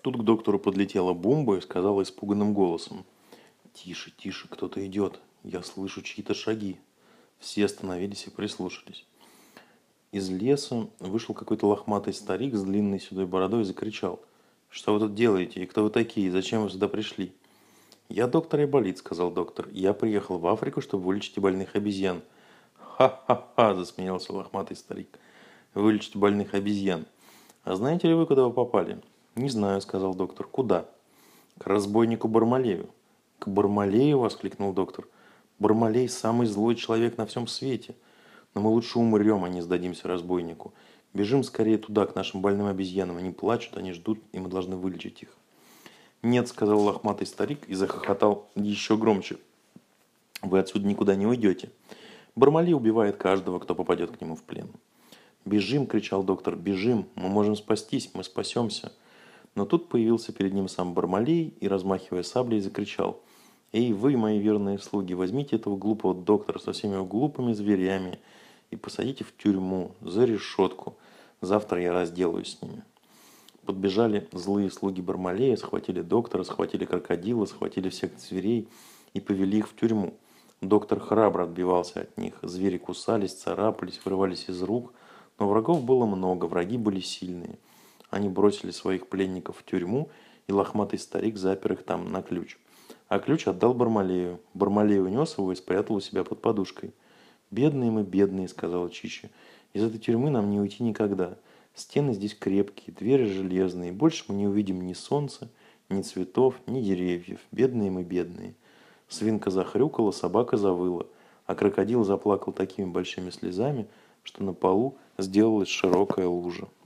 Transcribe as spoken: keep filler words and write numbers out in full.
Тут к доктору подлетела бомба и сказала испуганным голосом: «Тише, тише, кто-то идет. Я слышу чьи-то шаги». Все остановились и прислушались. Из леса вышел какой-то лохматый старик с длинной седой бородой и закричал: «Что вы тут делаете? И кто вы такие? Зачем вы сюда пришли?» «Я доктор Айболит», — сказал доктор. «Я приехал в Африку, чтобы вылечить больных обезьян». «Ха-ха-ха!» — засмеялся лохматый старик. «Вылечить больных обезьян. А знаете ли вы, куда вы попали?» «Не знаю», — сказал доктор. «Куда?» «К разбойнику Бармалею». «К Бармалею?» — воскликнул доктор. «Бармалей — самый злой человек на всем свете. Но мы лучше умрем, а не сдадимся разбойнику. Бежим скорее туда, к нашим больным обезьянам. Они плачут, они ждут, и мы должны вылечить их». «Нет», — сказал лохматый старик и захохотал еще громче. «Вы отсюда никуда не уйдете. Бармалей убивает каждого, кто попадет к нему в плен». «Бежим!» — кричал доктор. «Бежим! Мы можем спастись! Мы спасемся!» Но тут появился перед ним сам Бармалей и, размахивая саблей, закричал: «Эй, вы, мои верные слуги, возьмите этого глупого доктора со всеми его глупыми зверями и посадите в тюрьму, за решетку. Завтра я разделаюсь с ними». Подбежали злые слуги Бармалея, схватили доктора, схватили крокодила, схватили всех зверей и повели их в тюрьму. Доктор храбро отбивался от них. Звери кусались, царапались, вырывались из рук. Но врагов было много, враги были сильные. Они бросили своих пленников в тюрьму, и лохматый старик запер их там на ключ. А ключ отдал Бармалею. Бармалей унес его и спрятал у себя под подушкой. «Бедные мы, бедные», — сказала Чичи. «Из этой тюрьмы нам не уйти никогда. Стены здесь крепкие, двери железные. Больше мы не увидим ни солнца, ни цветов, ни деревьев. Бедные мы, бедные». Свинка захрюкала, собака завыла, а крокодил заплакал такими большими слезами, что на полу сделалась широкая лужа.